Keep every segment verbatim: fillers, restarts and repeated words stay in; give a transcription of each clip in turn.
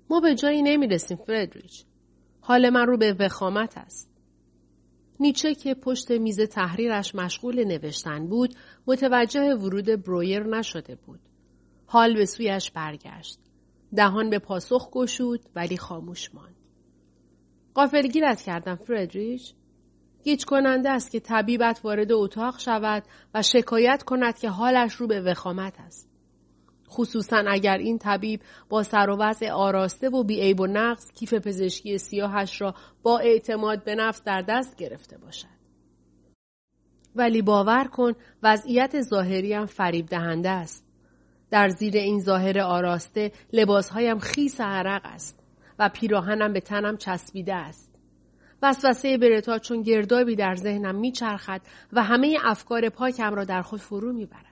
ما به جایی نمیرسیم فردریچ. حال من رو به وخامت است. نیچه که پشت میز تحریرش مشغول نوشتن بود، متوجه ورود برویر نشده بود. حال به سویش برگشت. دهان به پاسخ گشود ولی خاموش ماند. غافلگیرت کردم فردریچ. گیج کننده است که طبیبت وارد اتاق شود و شکایت کند که حالش رو به وخامت است. خصوصاً اگر این طبیب با سر و وضع آراسته و بی‌عیب و نقص کیف پزشکی سیاهش را با اعتماد به نفس در دست گرفته باشد. ولی باور کن وضعیت ظاهریم فریب دهنده است. در زیر این ظاهر آراسته لباسهایم خیس عرق است و پیراهنم به تنم چسبیده است. وسوسه برتا چون گردابی در ذهنم میچرخد و همه افکار پاکم را در خود فرو میبرد.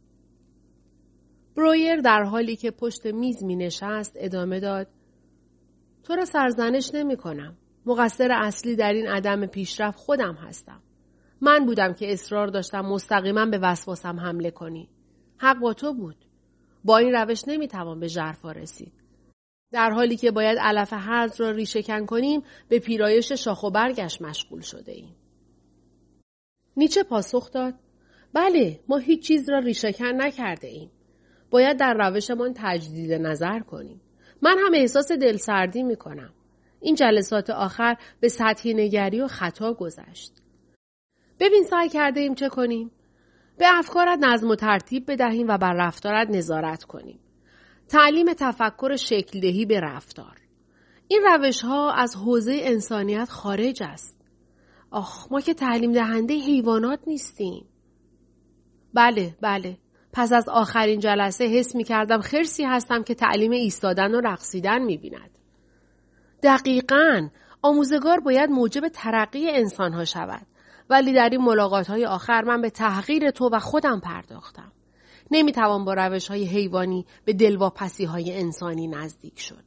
برویر در حالی که پشت میز می نشست ادامه داد. تو را سرزنش نمی کنم. مقصر اصلی در این عدم پیشرفت خودم هستم. من بودم که اصرار داشتم مستقیما به وسواسم حمله کنی. حق با تو بود. با این روش نمی توان به ژرفا رسید. در حالی که باید علف هرز را ریشه‌کن کنیم به پیرایش شاخ و برگش مشغول شده ایم. نیچه پاسخ داد. بله، ما هیچ چیز را ریشه‌کن نکرده ایم. باید در روشمان تجدید نظر کنیم. من هم احساس دلسردی می کنم. این جلسات آخر به سطحی نگری و خطا گذشت. ببین سعی کرده ایم چه کنیم؟ به افکارت نظم و ترتیب بدهیم و بر رفتارت نظارت کنیم. تعلیم تفکر شکلدهی به رفتار. این روش ها از حوزه انسانیت خارج است. آخ، ما که تعلیم دهنده حیوانات نیستیم. بله، بله. پس از آخرین جلسه حس می کردم خرسی هستم که تعلیم ایستادن و رقصیدن می بیند. دقیقاً آموزگار باید موجب ترقی انسانها شود. ولی در این ملاقات‌های آخر من به تحقیر تو و خودم پرداختم. نمی توان با روش‌های حیوانی به دلواپسی‌های انسانی نزدیک شد.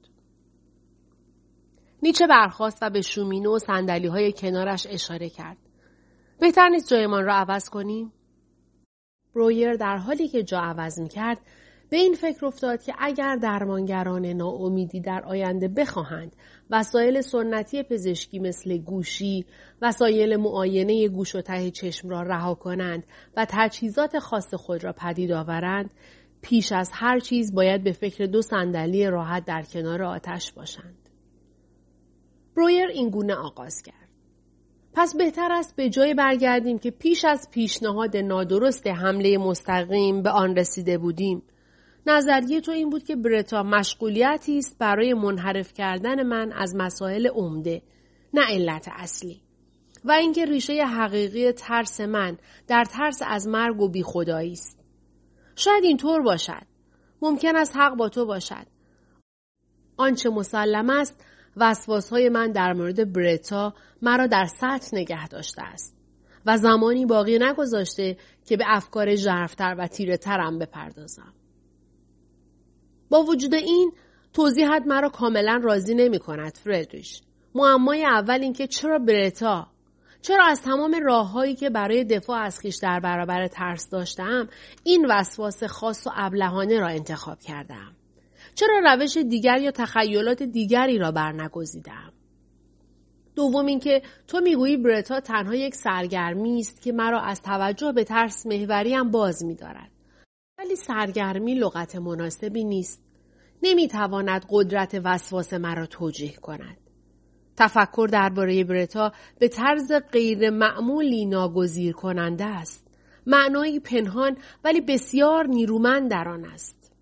نیچه برخاست و به شومینه و صندلی‌های کنارش اشاره کرد. بهتر نیست جایمان را عوض کنیم؟ برویر در حالی که جا عوض می‌کرد به این فکر افتاد که اگر درمانگران ناامیدی در آینده بخواهند وسایل سنتی پزشکی مثل گوشی، وسایل معاینه گوش و ته چشم را رها کنند و تجهیزات خاص خود را پدید آورند، پیش از هر چیز باید به فکر دو صندلی راحت در کنار آتش باشند. برویر این گونه آغاز کرد. پس بهتر است به جای برگردیم که پیش از پیشنهاد نادرست حمله مستقیم به آن رسیده بودیم. نظریه تو این بود که برتا مشغولیتی است برای منحرف کردن من از مسائل عمده، نه علت اصلی. و اینکه ریشه حقیقی ترس من در ترس از مرگ و بیخدایی است. شاید اینطور باشد. ممکن است حق با تو باشد. آنچه مسلم است، وسواس‌های من در مورد برتا مرا در سطح نگه داشته است و زمانی باقی نگذاشته که به افکار ژرف‌تر و تیره‌ترم بپردازم. با وجود این، توضیحات مرا کاملا راضی نمی کند فردریش. معمای اول این که چرا برتا؟ چرا از تمام راه‌هایی که برای دفاع از خویش در برابر ترس داشتم، این وسواس خاص و ابلهانه را انتخاب کردم؟ چرا روش دیگر یا تخیلات دیگری را برنگزیدم؟ دوم این که تو میگویی برتا تنها یک سرگرمی است که مرا از توجه به ترس محوریم باز می‌دارد. ولی سرگرمی لغت مناسبی نیست. نمیتواند قدرت وسواس مرا توجیه کند. تفکر درباره برتا به طرز غیر معمولی ناگزیر کننده است. معنایی پنهان ولی بسیار نیرومند در آن است.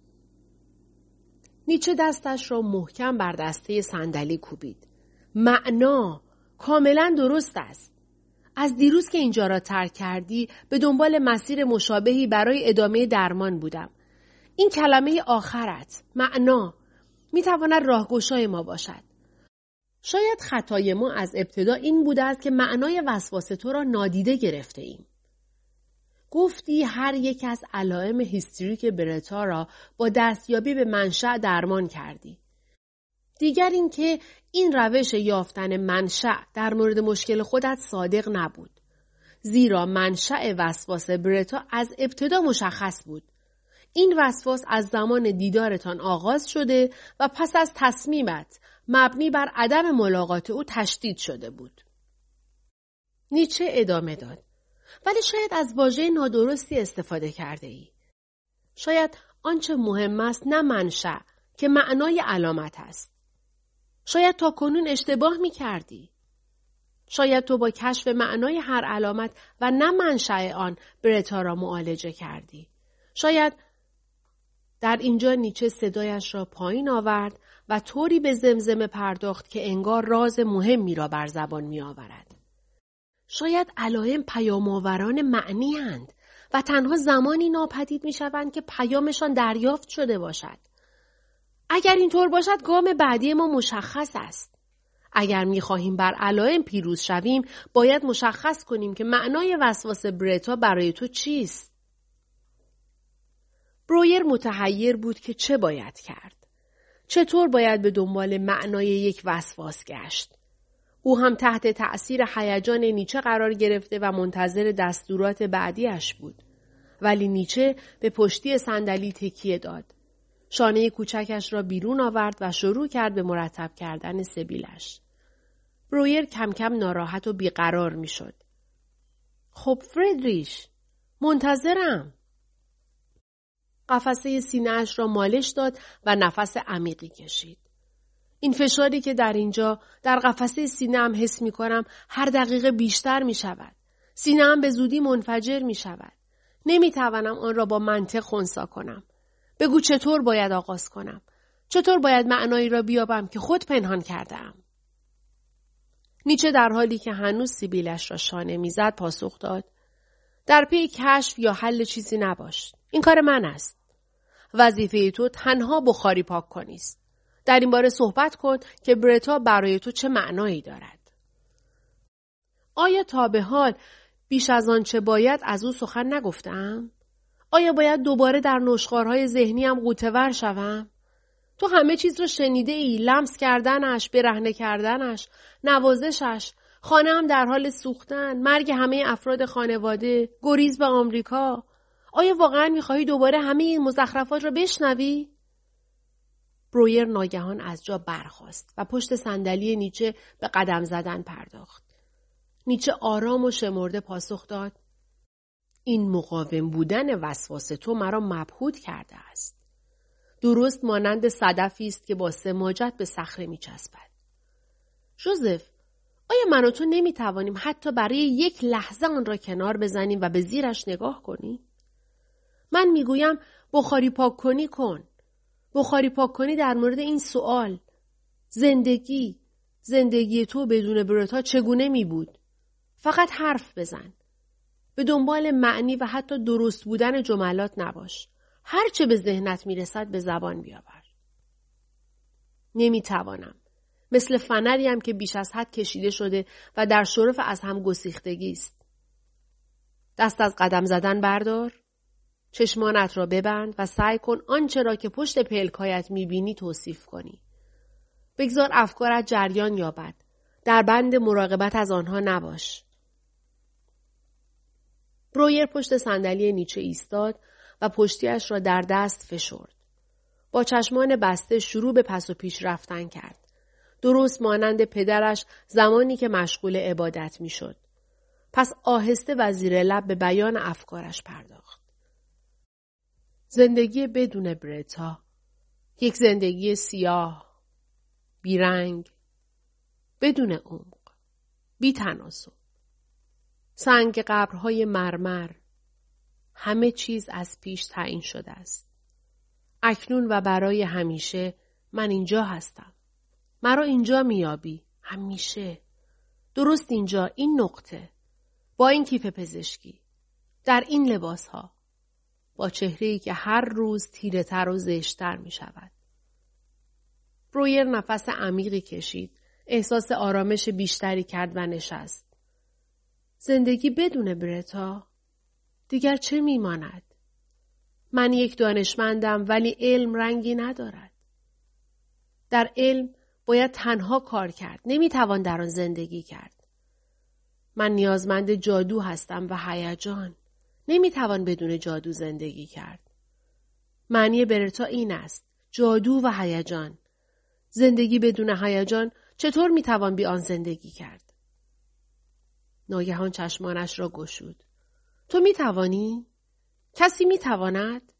نیچه دستش را محکم بر دسته صندلی کوبید. معنا کاملا درست است. از دیروز که اینجا را ترک کردی به دنبال مسیر مشابهی برای ادامه درمان بودم. این کلمه آخرت، معنا، میتواند راهگشای ما باشد. شاید خطای ما از ابتدا این بوده است که معنای وسواس تو را نادیده گرفته ایم. گفتی هر یک از علائم هیستریک برتا را با دستیابی به منشأ درمان کردی. دیگر این که این روش یافتن منشأ در مورد مشکل خودت صادق نبود. زیرا منشأ وسواس برتا از ابتدا مشخص بود. این وسواس از زمان دیدارتان آغاز شده و پس از تصمیمت مبنی بر عدم ملاقات او تشدید شده بود. نیچه ادامه داد. ولی شاید از واژه نادرستی استفاده کرده ای. شاید آنچه مهم است نه منشأ که معنای علامت است. شاید تا کنون اشتباه می کردی. شاید تو با کشف معنای هر علامت و نه منشأ آن برتا را معالجه کردی. شاید در اینجا نیچه صدایش را پایین آورد و طوری به زمزمه پرداخت که انگار راز مهمی را بر زبان می آورد. شاید علائم پیام‌آوران معنی اند و تنها زمانی ناپدید می شوند که پیامشان دریافت شده باشد. اگر اینطور باشد گام بعدی ما مشخص است. اگر می خواهیم بر علائم پیروز شویم باید مشخص کنیم که معنای وسواس برتا برای تو چیست. برویر متحیر بود که چه باید کرد. چطور باید به دنبال معنای یک وسواس گشت. او هم تحت تأثیر هیجان نیچه قرار گرفته و منتظر دستورات بعدیش بود. ولی نیچه به پشتی صندلی تکیه داد. شانه کوچکش را بیرون آورد و شروع کرد به مرتب کردن سبیلش. برویر کم کم ناراحت و بیقرار می شد. خب فردریش، منتظرم. قفسه سینه‌اش را مالش داد و نفس عمیقی کشید. این فشاری که در اینجا در قفسه سینه‌ام حس می کنم هر دقیقه بیشتر می شود. سینه‌ام به زودی منفجر می شود. نمی توانم آن را با منطق خنثی کنم. بگو چطور باید آغاز کنم؟ چطور باید معنایی را بیابم که خود پنهان کردم؟ نیچه در حالی که هنوز سیبیلش را شانه میزد پاسخ داد: در پی کشف یا حل چیزی نباش. این کار من است. وظیفه تو تنها بخاری پاک کنی است. در این باره صحبت کن که برتا برای تو چه معنایی دارد. آیا تا به حال بیش از آن چه باید از او سخن نگفتم؟ آیا باید دوباره در نشخوارهای ذهنیم غوطه‌ور شوم؟ تو همه چیز رو شنیده ای، لمس کردنش، برهنه کردنش، نوازشش، خانه هم در حال سوختن، مرگ همه افراد خانواده، گریز به آمریکا. آیا واقعا میخواهی دوباره همه این مزخرفات را بشنوی؟ برویر ناگهان از جا برخاست و پشت صندلی نیچه به قدم زدن پرداخت. نیچه آرام و شمرده پاسخ داد: این مقاوم بودن وسواس تو مرا مبهوت کرده است. درست مانند صدفی است که با سماجت به صخره میچسبد. ژوزف، آیا من و تو نمیتوانیم حتی برای یک لحظه آن را کنار بزنیم و به زیرش نگاه کنیم؟ من میگویم بخاری پاک کنی کن. بخاری پاک کنی در مورد این سوال. زندگی، زندگی تو بدون برتا چگونه می بود؟ فقط حرف بزن. به دنبال معنی و حتی درست بودن جملات نباش. هر چه به ذهنت میرسد به زبان بیاور. نمیتوانم. مثل فنریم که بیش از حد کشیده شده و در شرف از هم گسیختگی است. دست از قدم زدن بردار. چشمانت را ببند و سعی کن آنچه را که پشت پلکایت میبینی توصیف کنی. بگذار افکارت جریان یابد. در بند مراقبت از آنها نباش. برویر پشت صندلی نیچه ایستاد و پشتیش را در دست فشرد. با چشمان بسته شروع به پس و پیش رفتن کرد. درست مانند پدرش زمانی که مشغول عبادت میشد. پس آهسته و زیر لب به بیان افکارش پرداخت. زندگی بدون برتا. یک زندگی سیاه، بیرنگ، بدون عمق، بی تناسب. سنگ قبرهای مرمر. همه چیز از پیش تعیین شده است. اکنون و برای همیشه من اینجا هستم. مرا اینجا میابی. همیشه. درست اینجا، این نقطه. با این کیف پزشکی. در این لباس ها. با چهره‌ای که هر روز تیره تر و زشتر می شود. برویر نفس عمیقی کشید. احساس آرامش بیشتری کرد و نشست. زندگی بدون برتا؟ دیگر چه میماند؟ من یک دانشمندم ولی علم رنگی ندارد. در علم باید تنها کار کرد. نمیتوان در آن زندگی کرد. من نیازمند جادو هستم و هیجان. نمیتوان بدون جادو زندگی کرد. معنی برتا این است. جادو و هیجان. زندگی بدون هیجان چطور میتوان بی آن زندگی کرد؟ ناگهان چشمانش را گشود. تو میتوانی؟ کسی میتواند؟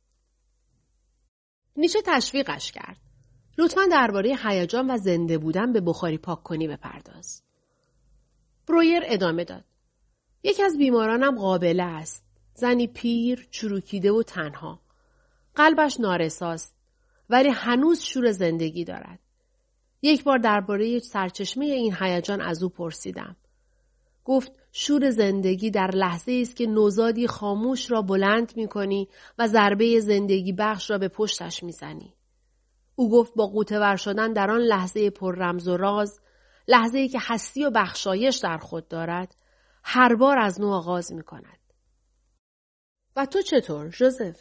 نیچه تشویقش کرد. لطفاً درباره هیجان و زنده بودن به بخاری پاک کنی بپرداز. برویر ادامه داد. یکی از بیمارانم قابله است. زنی پیر، چروکیده و تنها. قلبش نارساست ولی هنوز شور زندگی دارد. یک بار درباره سرچشمه این هیجان از او پرسیدم. گفت شور زندگی در لحظه است که نوزادی خاموش را بلند می کنی و ضربه زندگی بخش را به پشتش می زنی. او گفت با غوطه‌ور شدن در آن لحظه پر رمز و راز، لحظه‌ای که هستی و بخشایش در خود دارد، هر بار از نو آغاز می کند. و تو چطور، ژوزف؟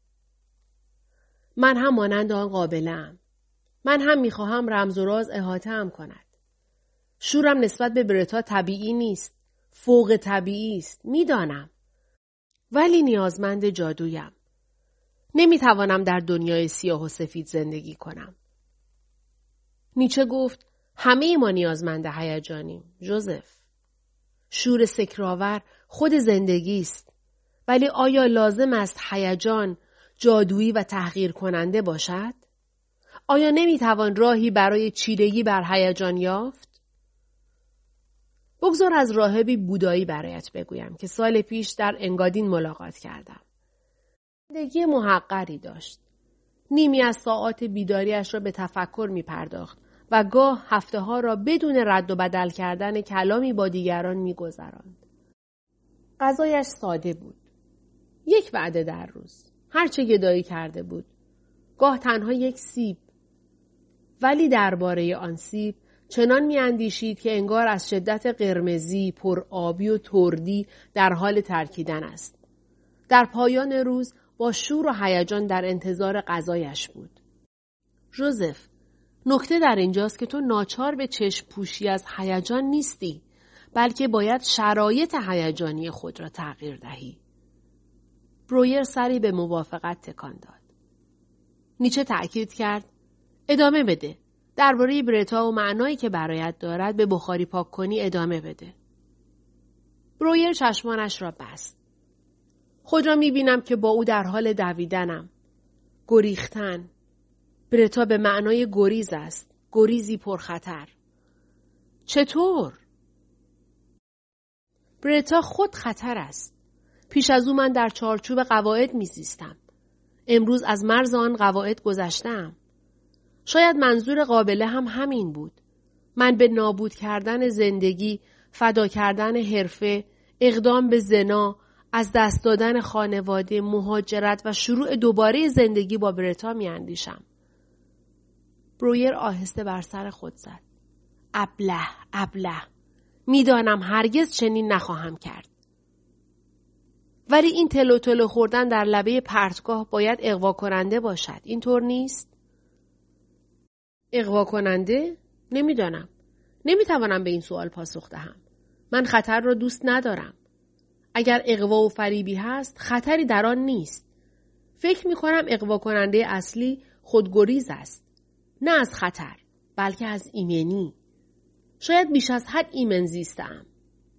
من هم مانند آن قابله‌ام. من هم می خواهم رمز و راز احاطه هم کند. شورم نسبت به برتا طبیعی نیست. فوق طبیعی است. می دانم. ولی نیازمند جادویم. نمی توانم در دنیای سیاه و سفید زندگی کنم. نیچه گفت همه ما نیازمند هیجانیم، ژوزف. شور سکرآور خود زندگی است. ولی آیا لازم است هیجان جادویی و تحقیر کننده باشد؟ آیا نمی توان راهی برای چیرگی بر هیجان یافت؟ بگذار از راهبی بودایی برایت بگویم که سال پیش در انگادین ملاقات کردم. زندگی محقری داشت. نیمی از ساعات بیداریش را به تفکر می پرداخت و گاه هفته ها را بدون رد و بدل کردن کلامی با دیگران می گذراند. غذایش ساده بود. یک وعده در روز. هرچه گدایی کرده بود. گاه تنها یک سیب. ولی درباره آن سیب چنان می اندیشید که انگار از شدت قرمزی، پر آبی و تردی در حال ترکیدن است. در پایان روز با شور و هیجان در انتظار غذایش بود. ژوزف، نکته در اینجاست که تو ناچار به چشم پوشی از هیجان نیستی، بلکه باید شرایط هیجانی خود را تغییر دهی. برویر سری به موافقت تکان داد. نیچه تأکید کرد: ادامه بده. درباره برتا و معنایی که برایت دارد به بخاری پاک کنی ادامه بده. برویر چشمانش را بست. خود را می بینم که با او در حال دویدنم. گریختن. برتا به معنای گریز است. گریزی پرخطر. چطور؟ برتا خود خطر است. پیش از او من در چارچوب قواعد می زیستم. امروز از مرز آن قواعد گذشتم. شاید منظور قابله هم همین بود. من به نابود کردن زندگی، فدا کردن حرفه، اقدام به زنا، از دست دادن خانواده، مهاجرت و شروع دوباره زندگی با برتا می اندیشم. برویر آهسته بر سر خود زد. ابله، ابله. می دانم هرگز چنین نخواهم کرد. ولی این تلو تلو خوردن در لبه پرتگاه باید اغوا کننده باشد. اینطور نیست؟ اغوا کننده؟ نمیدانم. نمیتوانم به این سوال پاسخ دهم. من خطر را دوست ندارم. اگر اغوا و فریبی هست، خطری در آن نیست. فکر میکنم اغوا کننده اصلی خودگریز است. نه از خطر، بلکه از ایمنی. شاید بیش از حد ایمن زیستم.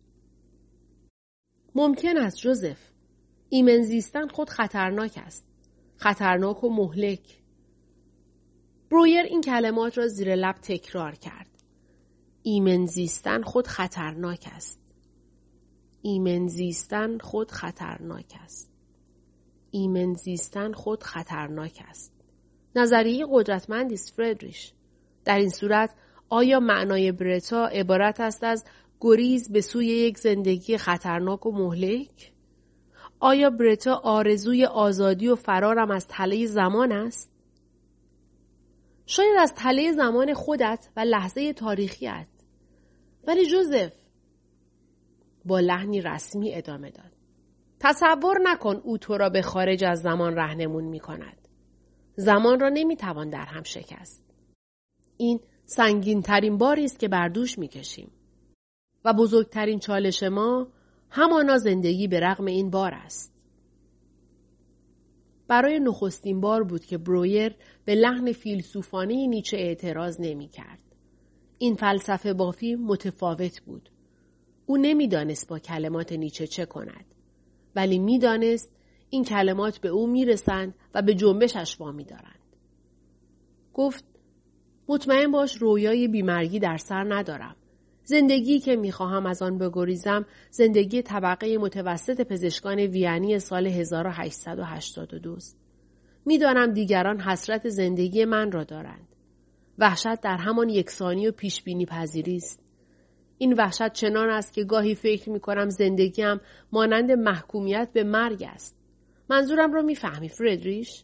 ممکن است ژوزف. ایمن زیستن خود خطرناک است. خطرناک و مهلک. برویر این کلمات را زیر لب تکرار کرد. ایمن زیستن خود خطرناک است. ایمن زیستن خود خطرناک است. ایمن زیستن خود خطرناک است. نظریه قدرتمندی است فردریش. در این صورت آیا معنای برتا عبارت است از گریز به سوی یک زندگی خطرناک و مهلک؟ آیا برتا آرزوی آزادی و فرارم از تله زمان است؟ شاید از تله زمان خودت و لحظه تاریخیت. ولی ژوزف با لحنی رسمی ادامه داد. تصور نکن او تو را به خارج از زمان راهنمون می کند. زمان را نمی توان در هم شکست. این سنگین ترین باری است که بر دوش می کشیم. و بزرگترین چالش ما همانا زندگی به رغم این بار است. برای نخستین بار بود که برویر به لحن فیلسوفانه نیچه اعتراض نمی کرد. این فلسفه بافی متفاوت بود. او نمی دانست با کلمات نیچه چه کند. ولی می دانست این کلمات به او می رسند و به جنبشش وامی دارند. گفت مطمئن باش رویای بیمرگی در سر ندارم. زندگی که می خواهم از آن بگریزم زندگی طبقه متوسط پزشکان وینی سال هزار و هشتصد و هشتاد و دو است. می دانم دیگران حسرت زندگی من را دارند. وحشت در همان یکسانی و پیشبینی پذیری است. این وحشت چنان است که گاهی فکر می کنم زندگیم مانند محکومیت به مرگ است. منظورم را می فهمی فردریش؟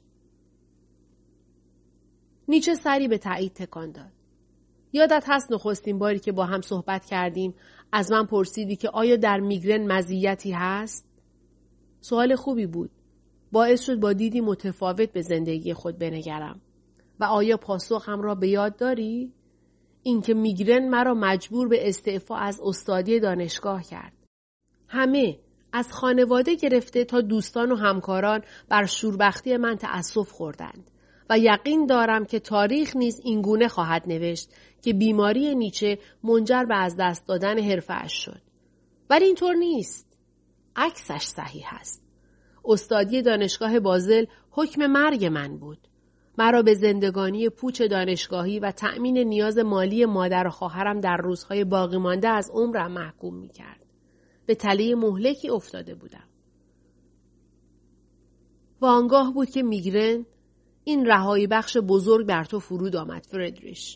نیچه سری به تایید تکان داد. یادت هست نخستین باری که با هم صحبت کردیم از من پرسیدی که آیا در میگرن مزیتی هست؟ سوال خوبی بود. باعث شد با دیدی متفاوت به زندگی خود بنگرم. و آیا پاسخم را به یاد داری؟ اینکه میگرن مرا مجبور به استعفا از استادی دانشگاه کرد. همه از خانواده گرفته تا دوستان و همکاران بر شوربختی من تأسف خوردند و یقین دارم که تاریخ نیز این گونه خواهد نوشت که بیماری نیچه منجر به از دست دادن حرفه‌اش شد. ولی اینطور نیست. عکسش صحیح است. استادی دانشگاه بازل حکم مرگ من بود. مرا به زندگانی پوچ دانشگاهی و تأمین نیاز مالی مادر و خواهرم در روزهای باقی مانده از عمرم محکوم می‌کرد. به تله مهلکی افتاده بودم. و آنگاه بود که میگرن این رهایی بخش بزرگ بر تو فرود آمد فردریش.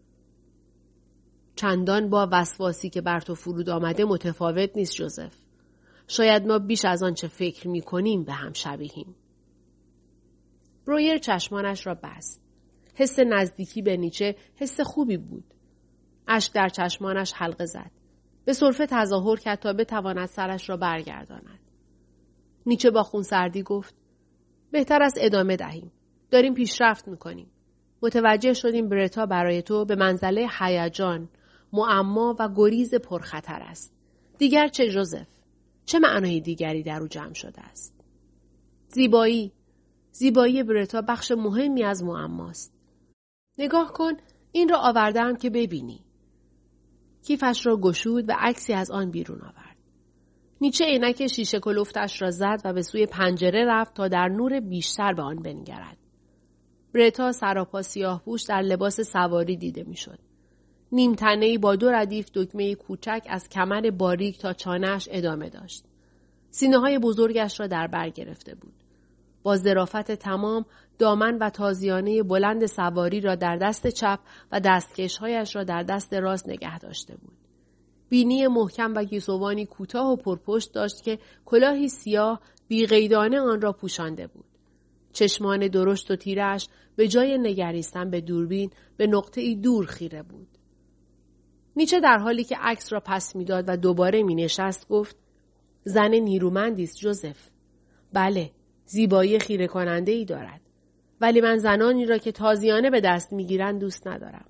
چندان با وسواسی که بر تو فرود آمده متفاوت نیست جوزف. شاید ما بیش از آن چه فکر می کنیم به هم شبیهیم. برویر چشمانش را بست. حس نزدیکی به نیچه حس خوبی بود. اشک در چشمانش حلقه زد. به سرفه تظاهر کرد تا بتواند سرش را برگرداند. نیچه با خونسردی گفت بهتر است ادامه دهیم. داریم پیشرفت میکنیم. متوجه شدیم برتا برای تو به منزله هیجان، معما و گریز پرخطر است. دیگر چه جوزف؟ چه معنای دیگری در او جمع شده است؟ زیبایی. زیبایی برتا بخش مهمی از معماست. نگاه کن، این را آوردم که ببینی. کیفش را گشود و عکسی از آن بیرون آورد. نیچه عینک شیشه کلفتش را زد و به سوی پنجره رفت تا در نور بیشتر به آن بنگرد. برتا سراپا سیاه پوش در لباس سواری دیده میشد. نیم تنه‌ای با دو ردیف دکمه کوچک از کمر باریک تا چانه‌اش ادامه داشت. سینه‌های بزرگش را در بر گرفته بود. با ظرافت تمام دامن و تازیانه بلند سواری را در دست چپ و دستکش‌هایش را در دست راست نگه داشته بود. بینی محکم و گیسوانی کوتاه و پرپشت داشت که کلاهی سیاه بی‌قیدانه آن را پوشانده بود. چشمان درشت و تیرش به جای نگریستن به دوربین به نقطه‌ای دور خیره بود. نیچه در حالی که عکس را پس می‌داد و دوباره می‌نشست گفت زن نیرومندی است جوزف. بله، زیبایی خیره کننده‌ای دارد. ولی من زنانی را که تازیانه به دست می‌گیرند دوست ندارم.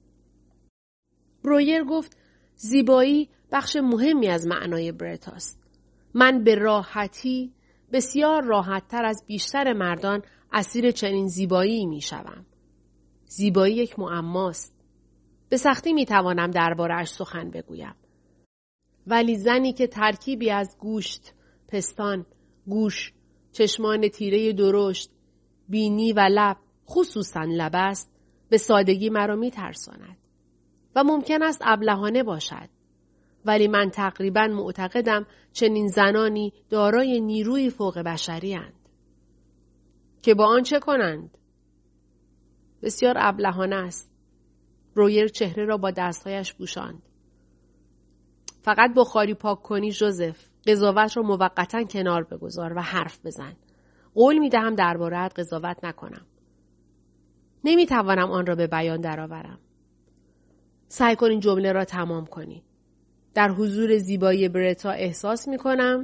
برویر گفت زیبایی بخش مهمی از معنای برتاست. من به راحتی بسیار راحت‌تر از بیشتر مردان اسیر چنین زیبایی می‌شوم. زیبایی یک معماست. به سختی می‌توانم درباره‌اش سخن بگویم. ولی زنی که ترکیبی از گوشت، پستان، گوش، چشمان تیره درشت، بینی و لب، خصوصاً لب است، به سادگی مرا می‌ترساند. و ممکن است ابلهانه باشد. ولی من تقریباً معتقدم چنین زنانی دارای نیروی فوق بشری اند. که با آن چه کنند؟ بسیار ابلهانه است. برویر چهره را با دستهایش پوشاند. فقط بخاری پاک کنی جوزف. قضاوت را موقتاً کنار بگذار و حرف بزن. قول می دهم درباره‌ات قضاوت نکنم. نمی توانم آن را به بیان درآورم. سعی کن این جمله را تمام کنی. در حضور زیبایی برتا احساس می کنم.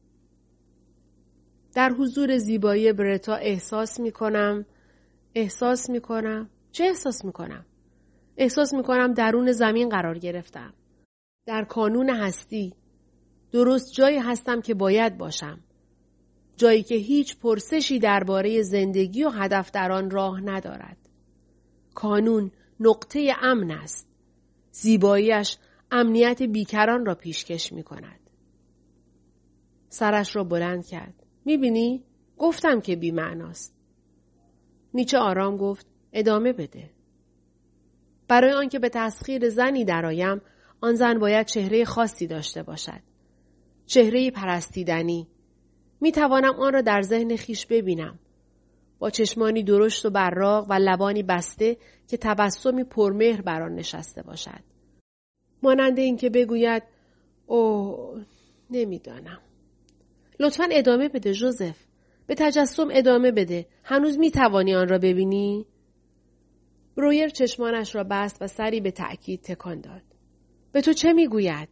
در حضور زیبایی برتا احساس می کنم. احساس می کنم. چه احساس می کنم؟ احساس می کنم درون زمین قرار گرفتم. در کانون هستی. درست جایی هستم که باید باشم. جایی که هیچ پرسشی درباره زندگی و هدف در آن راه ندارد. کانون نقطه امن است. زیباییش امنیت بیکران را پیشکش می کند. سرش را بلند کرد. می بینی؟ گفتم که بی معناست. نیچه آرام گفت ادامه بده. برای آنکه به تسخیر زنی درآیم، آن زن باید چهره خاصی داشته باشد. چهره‌ای پرستیدنی. می توانم آن را در ذهن خیش ببینم. با چشمانی درشت و براق و لبانی بسته که تبسمی پرمهر بر آن نشسته باشد. مانند اینکه بگوید اوه نمیدانم. لطفاً ادامه بده ژوزف. به تجسم ادامه بده. هنوز می توانی آن را ببینی؟ برویر چشمانش را بست و سری به تأکید تکان داد. به تو چه میگوید؟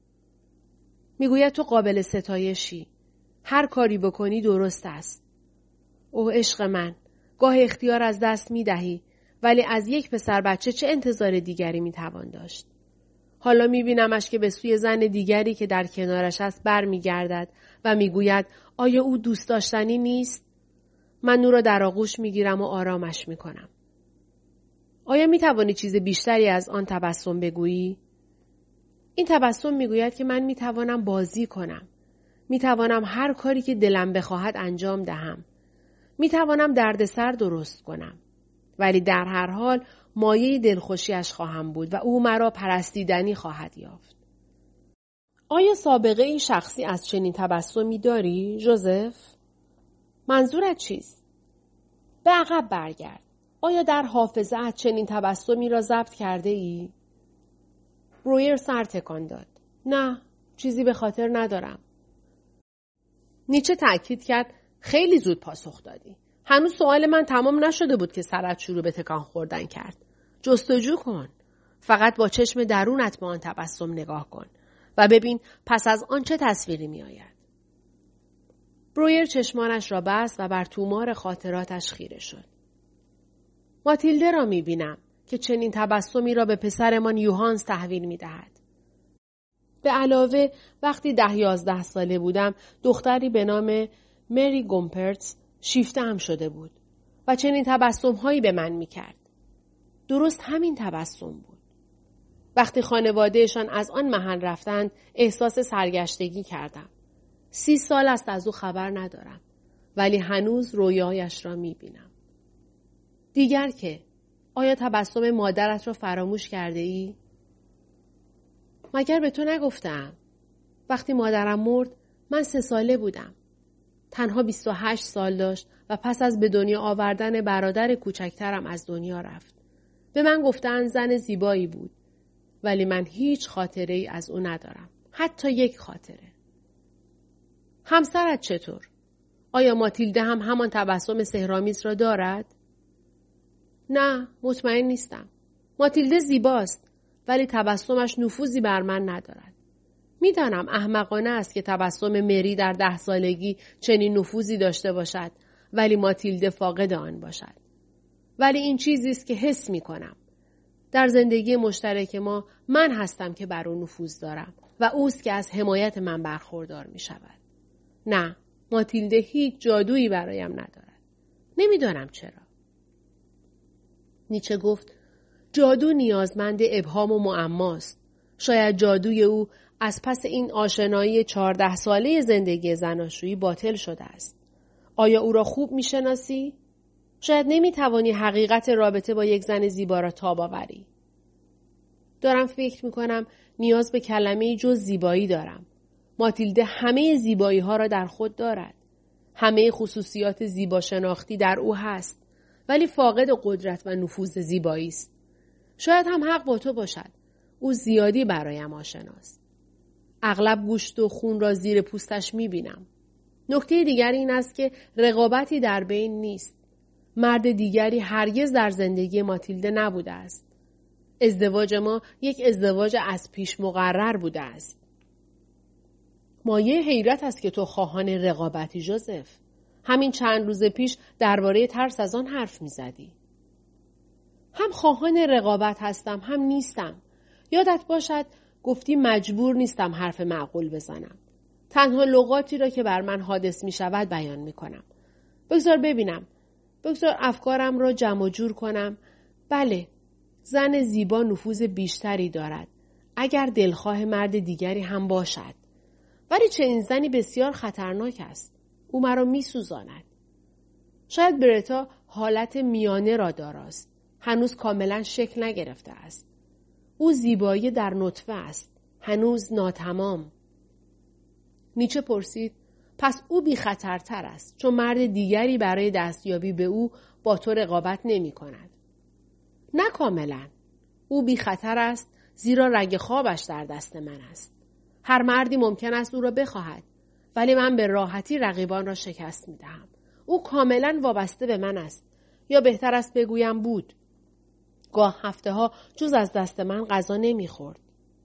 میگوید تو قابل ستایشی. هر کاری بکنی درست است. اوه عشق من، گاه اختیار از دست می دهی، ولی از یک پسر بچه چه انتظار دیگری می توان داشت؟ حالا می بینمش که به سوی زن دیگری که در کنارش است بر می گردد و می گوید آیا او دوست داشتنی نیست؟ من او را در آغوش می گیرم و آرامش می کنم. آیا می توانی چیز بیشتری از آن تبسم بگویی؟ این تبسم می گوید که من می توانم بازی کنم. می توانم هر کاری که دلم بخواهد انجام دهم. می توانم دردسر درست کنم. ولی در هر حال مایه دلخوشیش خواهم بود و او مرا پرستیدنی خواهد یافت. آیا سابقه این شخصی از چنین تبسمی داری، ژوزف؟ منظورت چیست؟ به عقب برگرد. آیا در حافظه‌ات چنین تبسمی را ضبط کرده ای؟ برویر سر تکان داد. نه، چیزی به خاطر ندارم. نیچه تأکید کرد خیلی زود پاسخ دادی. هنوز سوال من تمام نشده بود که سرت شروع به تکان خوردن کرد. جستجو کن. فقط با چشم درونت به آن تبسم نگاه کن و ببین پس از آن چه تصویری می آید. برویر چشمانش را بست و بر تومار خاطراتش خیره شد. ماتیلده را می بینم که چنین تبسمی را به پسرمان یوهانس تحویل می دهد. به علاوه وقتی ده یازده ساله بودم دختری به نام مری گومپرتس شیفته هم شده بود و چنین تبسم هایی به من می کرد. درست همین تبسم بود. وقتی خانوادهشان از آن محل رفتند احساس سرگشتگی کردم. سی سال است از او خبر ندارم ولی هنوز رویایش را می بینم. دیگر که آیا تبسم مادرت را فراموش کرده ای؟ مگر به تو نگفتم؟ وقتی مادرم مرد من سه ساله بودم. تنها بیست و هشت سال داشت و پس از به دنیا آوردن برادر کوچکترم از دنیا رفت. به من گفتند زن زیبایی بود ولی من هیچ خاطره ای از او ندارم. حتی یک خاطره. همسرت چطور؟ آیا ماتیلده هم همان تبسم سحرآمیز را دارد؟ نه، مطمئن نیستم. ماتیلده زیباست ولی تبسمش نفوذی بر من ندارد. میدانم احمقانه است که تبسم مری در ده سالگی چنین نفوذی داشته باشد ولی ماتیلده فاقد آن باشد. ولی این چیزی است که حس می کنم. در زندگی مشترک ما من هستم که بر او نفوذ دارم و اوست که از حمایت من برخوردار می شود. نه، ماتیلده هیچ جادویی برایم ندارد. نمیدانم چرا. نیچه گفت جادو نیازمند ابهام و معماست. شاید جادوی او از پس این آشنایی چهارده ساله زندگی زناشویی باطل شده است. آیا او را خوب میشناسی؟ شاید نمیتوانی حقیقت رابطه با یک زن زیبا را تاب آوری. دارم فکر میکنم نیاز به کلمه‌ای جز زیبایی دارم. ماتیلده همه زیبایی ها را در خود دارد. همه خصوصیات زیبا شناختی در او هست. ولی فاقد قدرت و نفوذ زیبایی است. شاید هم حق با تو باشد. او زیادی برایم آشناست. اغلب گوشت و خون را زیر پوستش میبینم. نکته دیگر این است که رقابتی در بین نیست. مرد دیگری هرگز در زندگی ماتیلده نبوده است. ازدواج ما یک ازدواج از پیش مقرر بوده است. مایه حیرت است که تو خواهان رقابتی ژوزف. همین چند روز پیش درباره ترس از آن حرف می‌زدی. هم خواهان رقابت هستم هم نیستم. یادت باشد گفتی مجبور نیستم حرف معقول بزنم. تنها لغاتی را که بر من حادث می شود بیان می کنم. بگذار ببینم. بگذار افکارم را جمع و جور کنم. بله، زن زیبا نفوذ بیشتری دارد. اگر دلخواه مرد دیگری هم باشد. ولی چنین زنی بسیار خطرناک است. او مرا می سوزاند. شاید برتا حالت میانه را داراست. هنوز کاملا شکل نگرفته است. او زیبایی در نطفه است. هنوز ناتمام. نیچه پرسید: پس او بی خطرتر است چون مرد دیگری برای دستیابی به او با تو رقابت نمی کند. نه کاملا. او بی خطر است زیرا رگ خوابش در دست من است. هر مردی ممکن است او را بخواهد ولی من به راحتی رقیبان را شکست می دهم. او کاملا وابسته به من است یا بهتر است بگویم بود. گاه هفته ها جز از دست من غذا نمی خورد.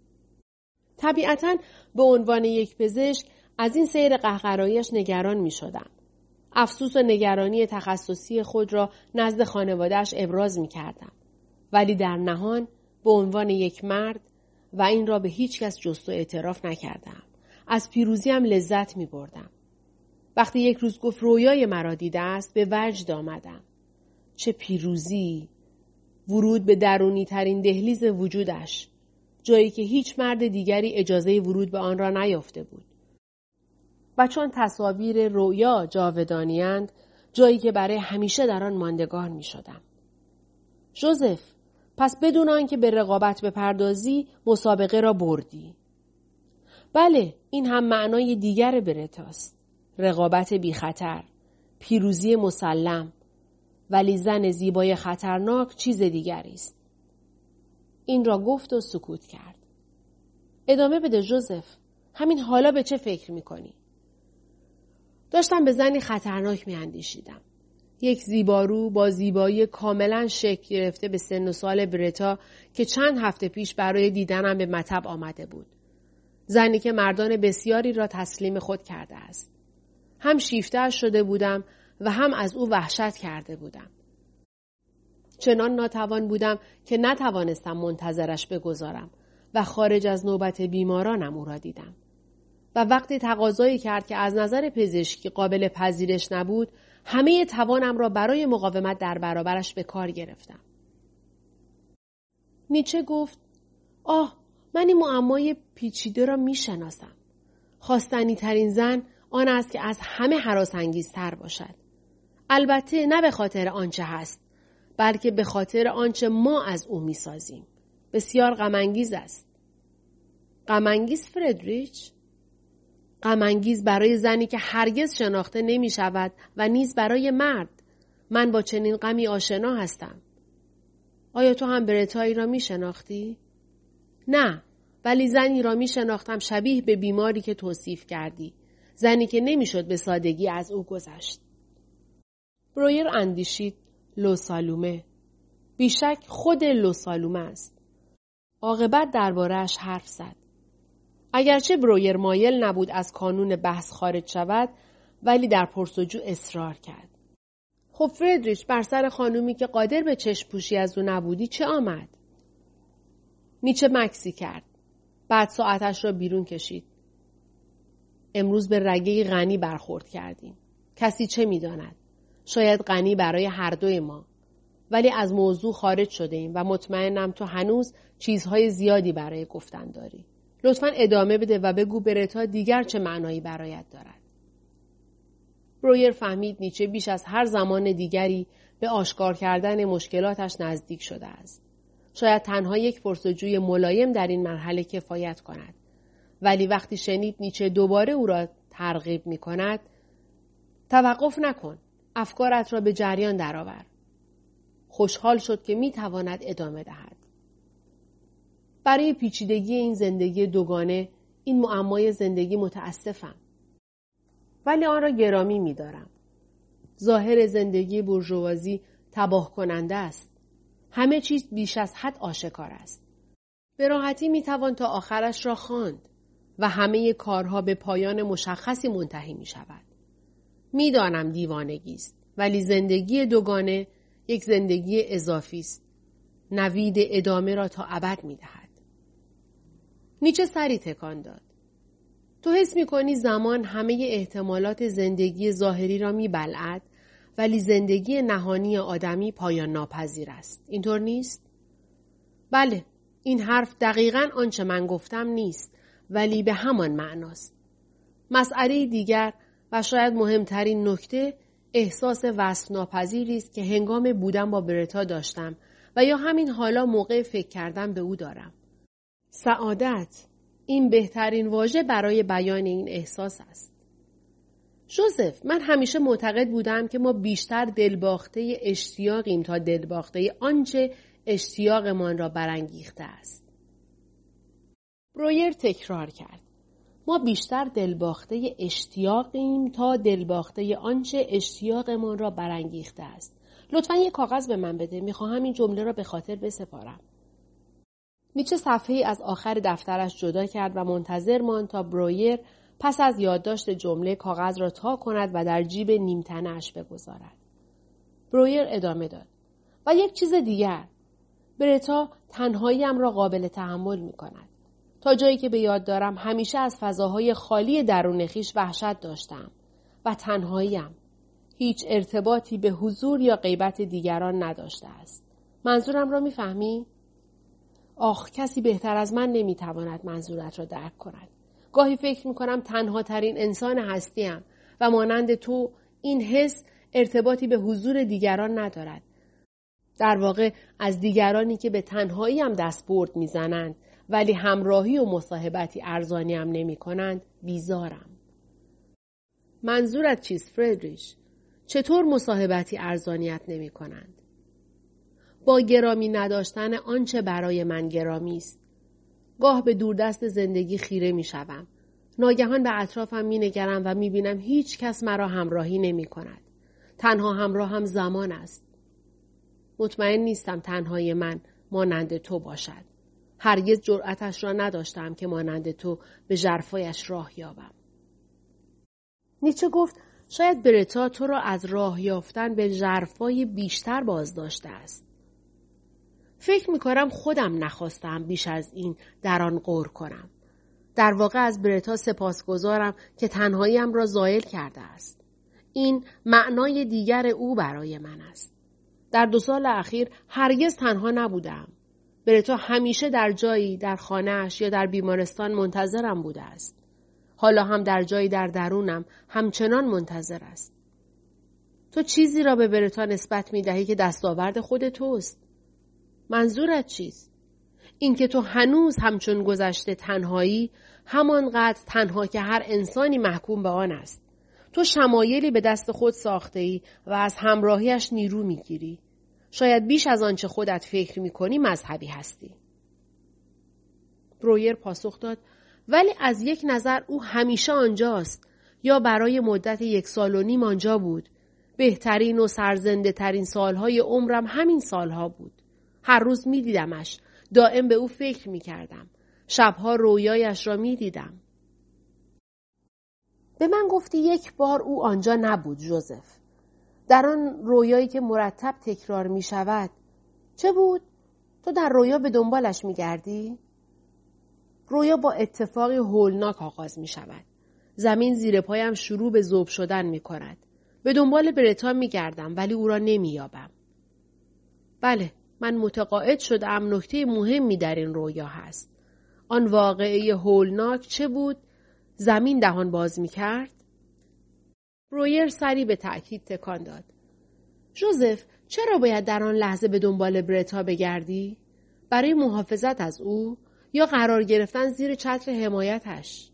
طبیعتاً به عنوان یک پزشک از این سیر قهقرایش نگران می شدم. افسوس و نگرانی تخصصی خود را نزد خانواده‌اش ابراز می کردم. ولی در نهان به عنوان یک مرد و این را به هیچ کس جست و اعتراف نکردم. از پیروزیم لذت می بردم. وقتی یک روز گفت رویای مرا دیده است به وجد آمدم. چه پیروزی! ورود به درونی ترین دهلیز وجودش. جایی که هیچ مرد دیگری اجازه ورود به آن را نیافته بود. و چون تصاویر رویا جاودانی‌اند، جایی که برای همیشه در آن ماندگار می شدم. ژوزف، پس بدون آنکه به رقابت بپردازی مسابقه را بردی. بله، این هم معنای دیگر برتاست. رقابت بی خطر، پیروزی مسلم، ولی زن زیبای خطرناک چیز دیگری است. این را گفت و سکوت کرد. ادامه بده ژوزف. همین حالا به چه فکر می‌کنی؟ داشتم به زنی خطرناک می‌اندیشیدم. یک زیبارو با زیبایی کاملا شکل گرفته به سن و سال برتا که چند هفته پیش برای دیدنم به مطب آمده بود. زنی که مردان بسیاری را تسلیم خود کرده است. هم شیفته‌اش شده بودم و هم از او وحشت کرده بودم. چنان ناتوان بودم که نتوانستم منتظرش بگذارم و خارج از نوبت بیمارانم او را دیدم. و وقتی تقاضایی کرد که از نظر پزشکی قابل پذیرش نبود، همه توانم را برای مقاومت در برابرش به کار گرفتم. نیچه گفت: آه، من این معمای پیچیده را می شناسم. خواستنی ترین زن آن است که از همه هراس‌انگیزتر باشد. البته نه به خاطر آنچه هست، بلکه به خاطر آنچه ما از او می سازیم. بسیار غم‌انگیز است. غم‌انگیز فردریچ؟ غم‌انگیز برای زنی که هرگز شناخته نمی شود و نیز برای مرد. من با چنین غمی آشنا هستم. آیا تو هم برتایی را می شناختی؟ نه، ولی زنی را می شناختم شبیه به بیماری که توصیف کردی. زنی که نمی شد به سادگی از او گذشت. برویر اندیشید. لوسالومه. بیشک خود لوسالومه است. عاقبت درباره‌اش حرف زد. اگرچه برویر مایل نبود از کانون بحث خارج شود، ولی در پرسجو اصرار کرد. خب فردریچ، بر سر خانومی که قادر به چشم پوشی از او نبودی چه آمد؟ نیچه مکسی کرد. بعد ساعتش را بیرون کشید. امروز به رگه غنی برخورد کردیم. کسی چه می‌داند؟ شاید غنی برای هر دوی ما. ولی از موضوع خارج شده ایم و مطمئنم تو هنوز چیزهای زیادی برای گفتن داری. لطفاً ادامه بده و بگو برتا دیگر چه معنایی برایت دارد. برویر فهمید نیچه بیش از هر زمان دیگری به آشکار کردن مشکلاتش نزدیک شده است. شاید تنها یک پرسجوی ملایم در این مرحله کفایت کند. ولی وقتی شنید نیچه دوباره او را ترغیب می کند، توقف نکن. افکارت را به جریان درآور. خوشحال شد که می تواند ادامه دهد. برای پیچیدگی این زندگی دوگانه، این معمای زندگی متاسفم. ولی آن را گرامی می دارم. ظاهر زندگی بورژوازی تباه کننده است. همه چیز بیش از حد آشکار است. به راحتی می توان تا آخرش را خواند و همه کارها به پایان مشخصی منتهی می شود. می دانم دیوانگی است، ولی زندگی دوگانه یک زندگی اضافی است. نوید ادامه را تا ابد می دهد. نیچه سری تکان داد. تو حس میکنی زمان همه احتمالات زندگی ظاهری را میبلعد ولی زندگی نهانی آدمی پایان ناپذیر است. اینطور نیست؟ بله، این حرف دقیقاً آنچه من گفتم نیست ولی به همان معناست. مسئله دیگر و شاید مهمترین نکته احساس وصف ناپذیری است که هنگام بودن با برتا داشتم و یا همین حالا موقع فکر کردن به او دارم. سعادت، این بهترین واژه برای بیان این احساس است. ژوزف، من همیشه معتقد بودم که ما بیشتر دلباخته اشتیاقیم تا دلباخته آنچه اشتیاقمان را برانگیخته است. برویر تکرار کرد. ما بیشتر دلباخته اشتیاقیم تا دلباخته آنچه اشتیاقمان را برانگیخته است. لطفاً یک کاغذ به من بده. میخواهم این جمله را به خاطر بسپارم. نیچه صفحه‌ای از آخر دفترش جدا کرد و منتظر ماند تا برویر پس از یادداشت جمله کاغذ را تا کند و در جیب نیمتنه‌اش بگذارد. برویر ادامه داد. و یک چیز دیگر. برتا تنهاییم را قابل تحمل می کند. تا جایی که به یاد دارم همیشه از فضاهای خالی درون خویش وحشت داشتم و تنهاییم هیچ ارتباطی به حضور یا غیبت دیگران نداشته است. منظورم را میفهمی؟ آخ، کسی بهتر از من نمیتواند منظورت را درک کند. گاهی فکر میکنم تنها ترین انسان هستیم و مانند تو این حس ارتباطی به حضور دیگران ندارد. در واقع از دیگرانی که به تنهایی هم دستبرد میزنند ولی همراهی و مصاحبتی ارزانی هم نمی کنند بیزارم. منظورت چیست فردریش؟ چطور مصاحبتی ارزانیت نمی کنند؟ با گرامی نداشتن آنچه برای من گرامی است. گاه به دوردست زندگی خیره می شوم. ناگهان به اطرافم می نگرم و می بینم هیچ کس مرا همراهی نمی کند. تنها همراه هم زمان است. مطمئن نیستم تنهای من مانند تو باشد. هرگز جرأتش را نداشتم که مانند تو به ژرفایش راه یابم. نیچه گفت شاید برتا تو را از راه یافتن به ژرفای بیشتر باز داشته است. فکر می‌کنم خودم نخواستم بیش از این در آن غور کنم. در واقع از برتا سپاسگزارم که تنهاییم را زائل کرده است. این معنای دیگر او برای من است. در دو سال اخیر هرگز تنها نبودم. برتا همیشه در جایی در خانه‌اش یا در بیمارستان منتظرم بوده است. حالا هم در جایی در درونم همچنان منتظر است. تو چیزی را به برتا نسبت می‌دهی که دستاورد خود توست. منظورت چیست؟ اینکه تو هنوز همچون گذشته تنهایی، همانقدر تنها که هر انسانی محکوم به آن است. تو شمایلی به دست خود ساخته‌ای و از همراهیش نیرو می‌گیری. شاید بیش از آنچه خودت فکر می‌کنی مذهبی هستی. برویر پاسخ داد ولی از یک نظر او همیشه آنجاست یا برای مدت یک سال و نیم آنجا بود. بهترین و سرزنده ترین سالهای عمرم همین سالها بود. هر روز می دیدمش. دائم به او فکر می کردم. شبها رویایش را می دیدم. به من گفتی یک بار او آنجا نبود ژوزف. در آن رویایی که مرتب تکرار می شود. چه بود؟ تو در رویا به دنبالش می گردی؟ رویا با اتفاقی هولناک آغاز می شود. زمین زیر پایم شروع به ذوب شدن می کند. به دنبال برتا می گردم ولی او را نمی یابم. بله، من متقاعد شدم نکته مهمی در این رویا هست. آن واقعه هولناک چه بود؟ زمین دهان باز می کرد؟ برویر سری به تأکید تکان داد. ژوزف، چرا باید در آن لحظه به دنبال برتا بگردی؟ برای محافظت از او؟ یا قرار گرفتن زیر چتر حمایتش؟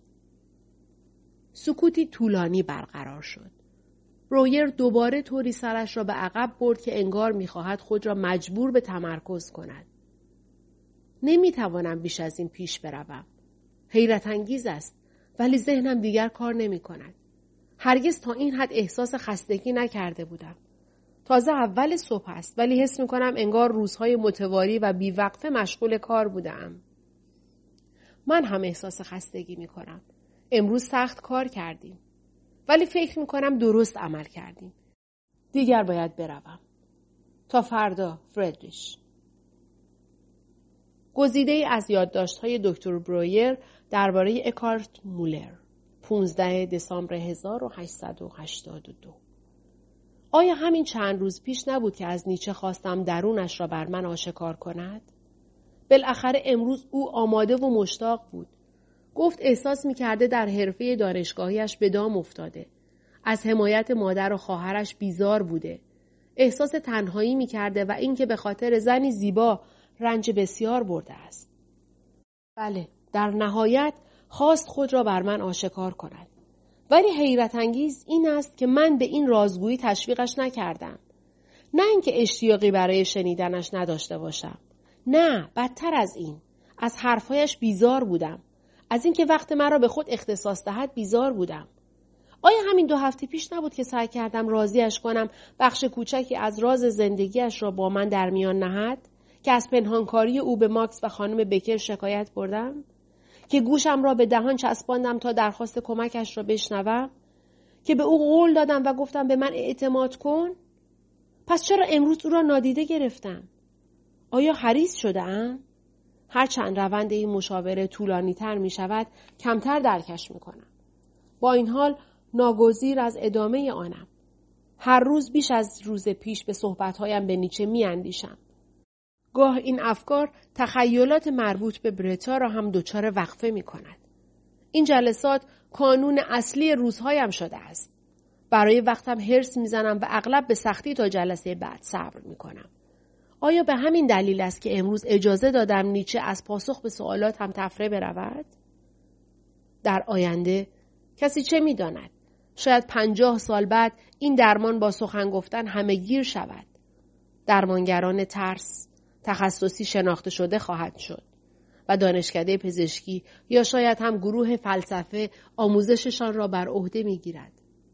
سکوتی طولانی برقرار شد. برویر دوباره طوری سرش را به عقب برد که انگار می‌خواهد خود را مجبور به تمرکز کند. نمی‌توانم بیش از این پیش بروم. حیرت انگیز است، ولی ذهنم دیگر کار نمی‌کند. هرگز تا این حد احساس خستگی نکرده بودم. تازه اول صبح است، ولی حس می‌کنم انگار روزهای متواری و بی‌وقفه مشغول کار بودم. من هم احساس خستگی می‌کنم. امروز سخت کار کردیم. ولی فکر می‌کنم درست عمل کردیم. دیگر باید بروم. تا فردا، فردریش. گزیده‌ای از یادداشت‌های دکتر برویر درباره اکارت مولر. پانزدهم دسامبر هزار و هشتصد و هشتاد و دو. آیا همین چند روز پیش نبود که از نیچه خواستم درونش را بر من آشکار کند؟ بالاخره امروز او آماده و مشتاق بود. گفت احساس می‌کرده در حرفه دانشگاهیش به دام افتاده. از حمایت مادر و خواهرش بیزار بوده. احساس تنهایی می‌کرده و اینکه به خاطر زنی زیبا رنج بسیار برده است. بله، در نهایت خواست خود را بر من آشکار کند. ولی حیرت انگیز این است که من به این رازگویی تشویقش نکردم. نه اینکه اشتیاقی برای شنیدنش نداشته باشم. نه، بدتر از این. از حرفهایش بیزار بودم. از اینکه وقت مرا به خود اختصاص دهد بیزار بودم. آیا همین دو هفته پیش نبود که سعی کردم راضیش کنم بخش کوچکی از راز زندگیش را با من در میان نهد؟ که از پنهانکاری او به ماکس و خانم بکر شکایت بردم؟ که گوشم را به دهان چسباندم تا درخواست کمکش را بشنوم؟ که به او قول دادم و گفتم به من اعتماد کن؟ پس چرا امروز او را نادیده گرفتم؟ آیا حریص شده‌ام؟ هرچند روند این مشاوره طولانی تر می شود، کمتر درکش می کنم. با این حال ناگزیر از ادامه آنم. هر روز بیش از روز پیش به صحبتهایم به نیچه می اندیشم. گاه این افکار تخیلات مربوط به برتا را هم دچار وقفه می کند. این جلسات کانون اصلی روزهایم شده است. برای وقتم هرس می زنم و اغلب به سختی تا جلسه بعد صبر می کنم. آیا به همین دلیل است که امروز اجازه دادم نیچه از پاسخ به سوالات هم تفره برود؟ در آینده کسی چه می داند؟ شاید پنجاه سال بعد این درمان با سخن گفتن همه گیر شود. درمانگران ترس تخصصی شناخته شده خواهد شد و دانشکده پزشکی یا شاید هم گروه فلسفه آموزششان را بر عهده می گیرد.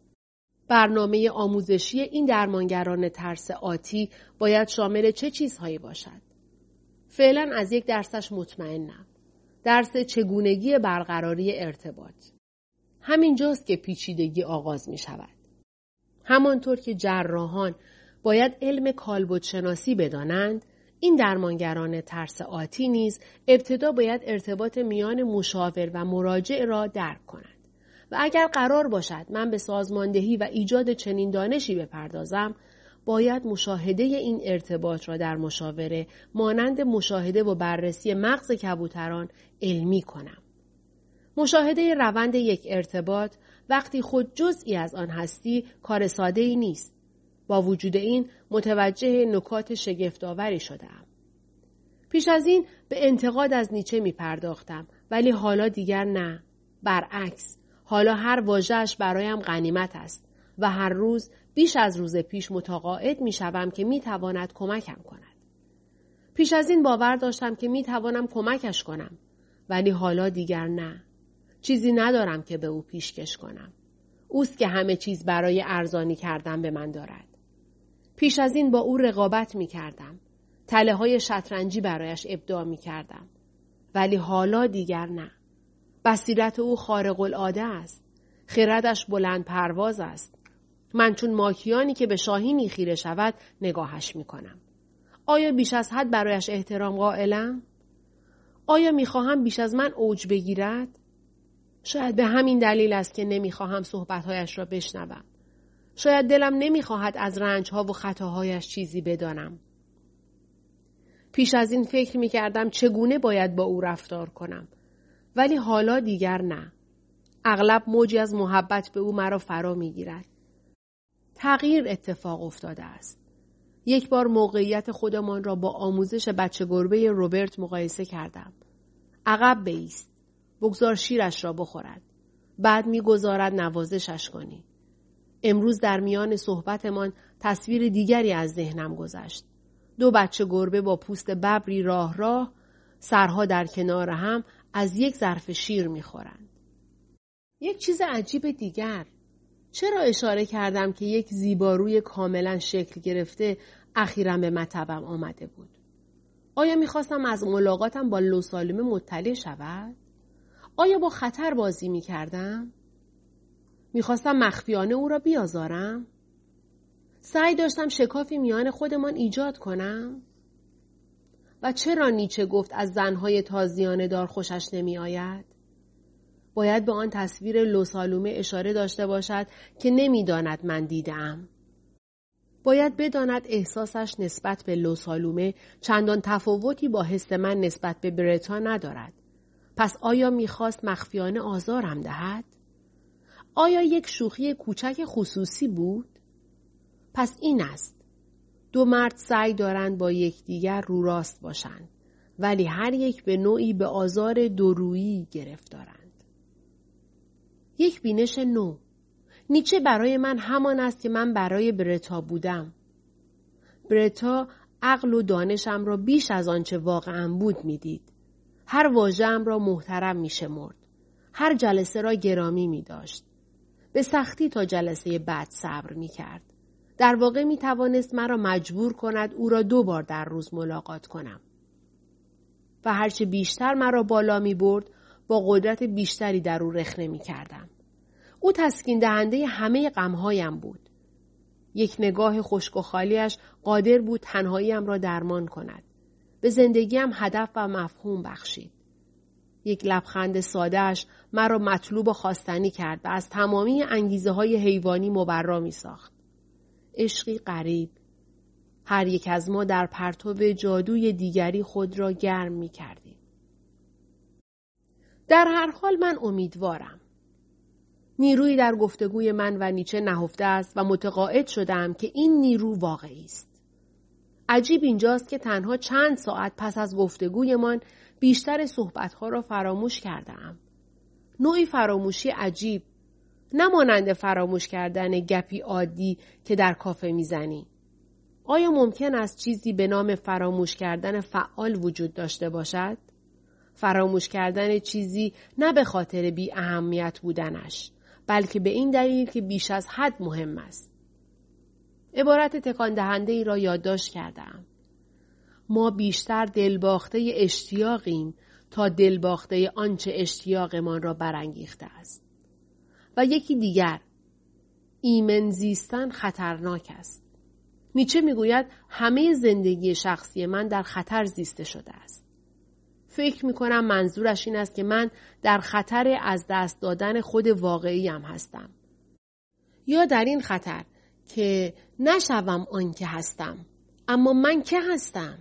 برنامه آموزشی این درمانگران ترس آتی باید شامل چه چیزهایی باشد؟ فعلا از یک درسش مطمئنم. درس چگونگی برقراری ارتباط. همینجاست که پیچیدگی آغاز می شود. همانطور که جراحان باید علم کالبدشناسی بدانند، این درمانگران ترس آتی نیز ابتدا باید ارتباط میان مشاور و مراجع را درک کنند. و اگر قرار باشد من به سازماندهی و ایجاد چنین دانشی بپردازم، باید مشاهده این ارتباط را در مشاوره مانند مشاهده و بررسی مغز کبوتران علمی کنم. مشاهده روند یک ارتباط وقتی خود جزئی از آن هستی کار ساده‌ای نیست. با وجود این متوجه نکات شگفت‌آوری شده‌ام. پیش از این به انتقاد از نیچه می پرداختم، ولی حالا دیگر نه. برعکس، حالا هر واژه‌اش برایم غنیمت است و هر روز بیش از روز پیش متقاعد می شوم که می تواند کمکم کند. پیش از این باور داشتم که می توانم کمکش کنم، ولی حالا دیگر نه. چیزی ندارم که به او پیشکش کنم. اوست که همه چیز برای ارزانی کردن به من دارد. پیش از این با او رقابت می کردم. تله های شطرنجی برایش ابداع می کردم. ولی حالا دیگر نه. بصیرت او خارق العاده است. خردش بلند پرواز است. من چون ماکیانی که به شاهینی خیره شود نگاهش می کنم. آیا بیش از حد برایش احترام قائلم؟ آیا می خواهم بیش از من اوج بگیرد؟ شاید به همین دلیل است که نمی خواهم صحبتهایش را بشنوم. شاید دلم نمی خواهد از رنجها و خطاهایش چیزی بدانم. پیش از این فکر می کردم چگونه باید با او رفتار کنم. ولی حالا دیگر نه. اغلب موجی از محبت به او مرا فرا می گیرد. تغییر اتفاق افتاده است. یک بار موقعیت خودمان را با آموزش بچه گربه روبرت مقایسه کردم. عقب بایست. بگذار شیرش را بخورد. بعد می گذارد نوازشش کنی. امروز در میان صحبتمان تصویر دیگری از ذهنم گذشت. دو بچه گربه با پوست ببری راه راه، سرها در کنار هم از یک ظرف شیر می‌خورند. یک چیز عجیب دیگر. چرا اشاره کردم که یک زیباروی کاملا شکل گرفته اخیراً به مطبم آمده بود؟ آیا می‌خواستم از ملاقاتم با لوسالمه مطلع شود؟ آیا با خطر بازی می‌کردم؟ می‌خواستم مخفیانه او را بیازارم؟ سعی داشتم شکافی میان خودمان ایجاد کنم؟ و چرا نیچه گفت از زنهای تازیانه دار خوشش نمی آید؟ باید به آن تصویر لوسالومه اشاره داشته باشد که نمی‌داند من دیدم. باید بداند احساسش نسبت به لوسالومه چندان تفاوتی با حس من نسبت به برتا ندارد. پس آیا می‌خواست مخفیانه آزارم دهد؟ آیا یک شوخی کوچک خصوصی بود؟ پس این است. دو مرد سعی دارند با یکدیگر رو راست باشند، ولی هر یک به نوعی به آزار دورویی گرفتارند. یک بینش نو. نیچه برای من همان است که من برای برتا بودم. برتا عقل و دانشم را بیش از آنچه واقعاً بود میدید. هر واژه‌ام را محترم میشمرد. هر جلسه را گرامی میداشت. به سختی تا جلسه بعد صبر میکرد. در واقع میتوانست مرا مجبور کند او را دو بار در روز ملاقات کنم. و هرچه بیشتر مرا بالا میبرد با قدرت بیشتری در او رخنه میکردم. او تسکین دهنده همه غمهایم بود. یک نگاه خشک و خالیش قادر بود تنهاییم را درمان کند. به زندگیم هدف و مفهوم بخشید. یک لبخند ساده‌اش مرا مطلوب و خواستنی کرد و از تمامی انگیزه های حیوانی مبرا می ساخت. عشقی غریب. هر یک از ما در پرتو جادوی دیگری خود را گرم می کردیم. در هر حال من امیدوارم. نیرویی در گفتگوی من و نیچه نهفته است و متقاعد شدم که این نیرو واقعی است. عجیب اینجاست که تنها چند ساعت پس از گفتگویمان بیشتر صحبتها را فراموش کردم. نوعی فراموشی عجیب، نه مانند فراموش کردن گپی عادی که در کافه میزنی. آیا ممکن است چیزی به نام فراموش کردن فعال وجود داشته باشد؟ فراموش کردن چیزی نه به خاطر بی اهمیت بودنش، بلکه به این دلیل که بیش از حد مهم است. عبارت تکان دهنده ای را یادداشت کردم. ما بیشتر دلباخته اشتیاقیم تا دلباخته آنچه اشتیاقمان را برانگیخته است. و یکی دیگر، ایمن زیستن خطرناک است. نیچه میگوید همه زندگی شخصی من در خطر زیسته شده است. فکر میکنم منظورش این است که من در خطر از دست دادن خود واقعیم هستم. یا در این خطر که نشوم آن که هستم. اما من که هستم؟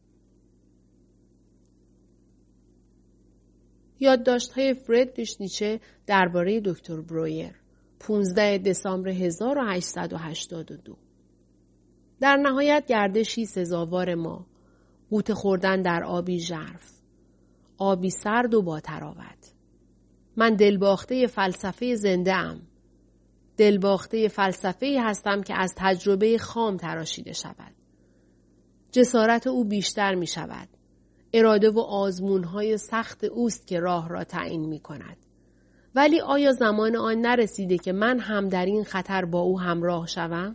یادداشت‌های فریدریش نیچه درباره دکتر برویر پانزده دسامبر هزار و هشتصد و هشتاد و دو. در نهایت گردشی سزاوار ما، غوطه خوردن در آبی ژرف، آبی سرد و با تراوت. من دلباخته فلسفه زنده ام. دلباخته فلسفه‌ای هستم که از تجربه خام تراشیده شود. جسارت او بیشتر می شود. اراده و آزمون‌های سخت اوست که راه را تعیین می کند. ولی آیا زمان آن نرسیده که من هم در این خطر با او همراه شوم؟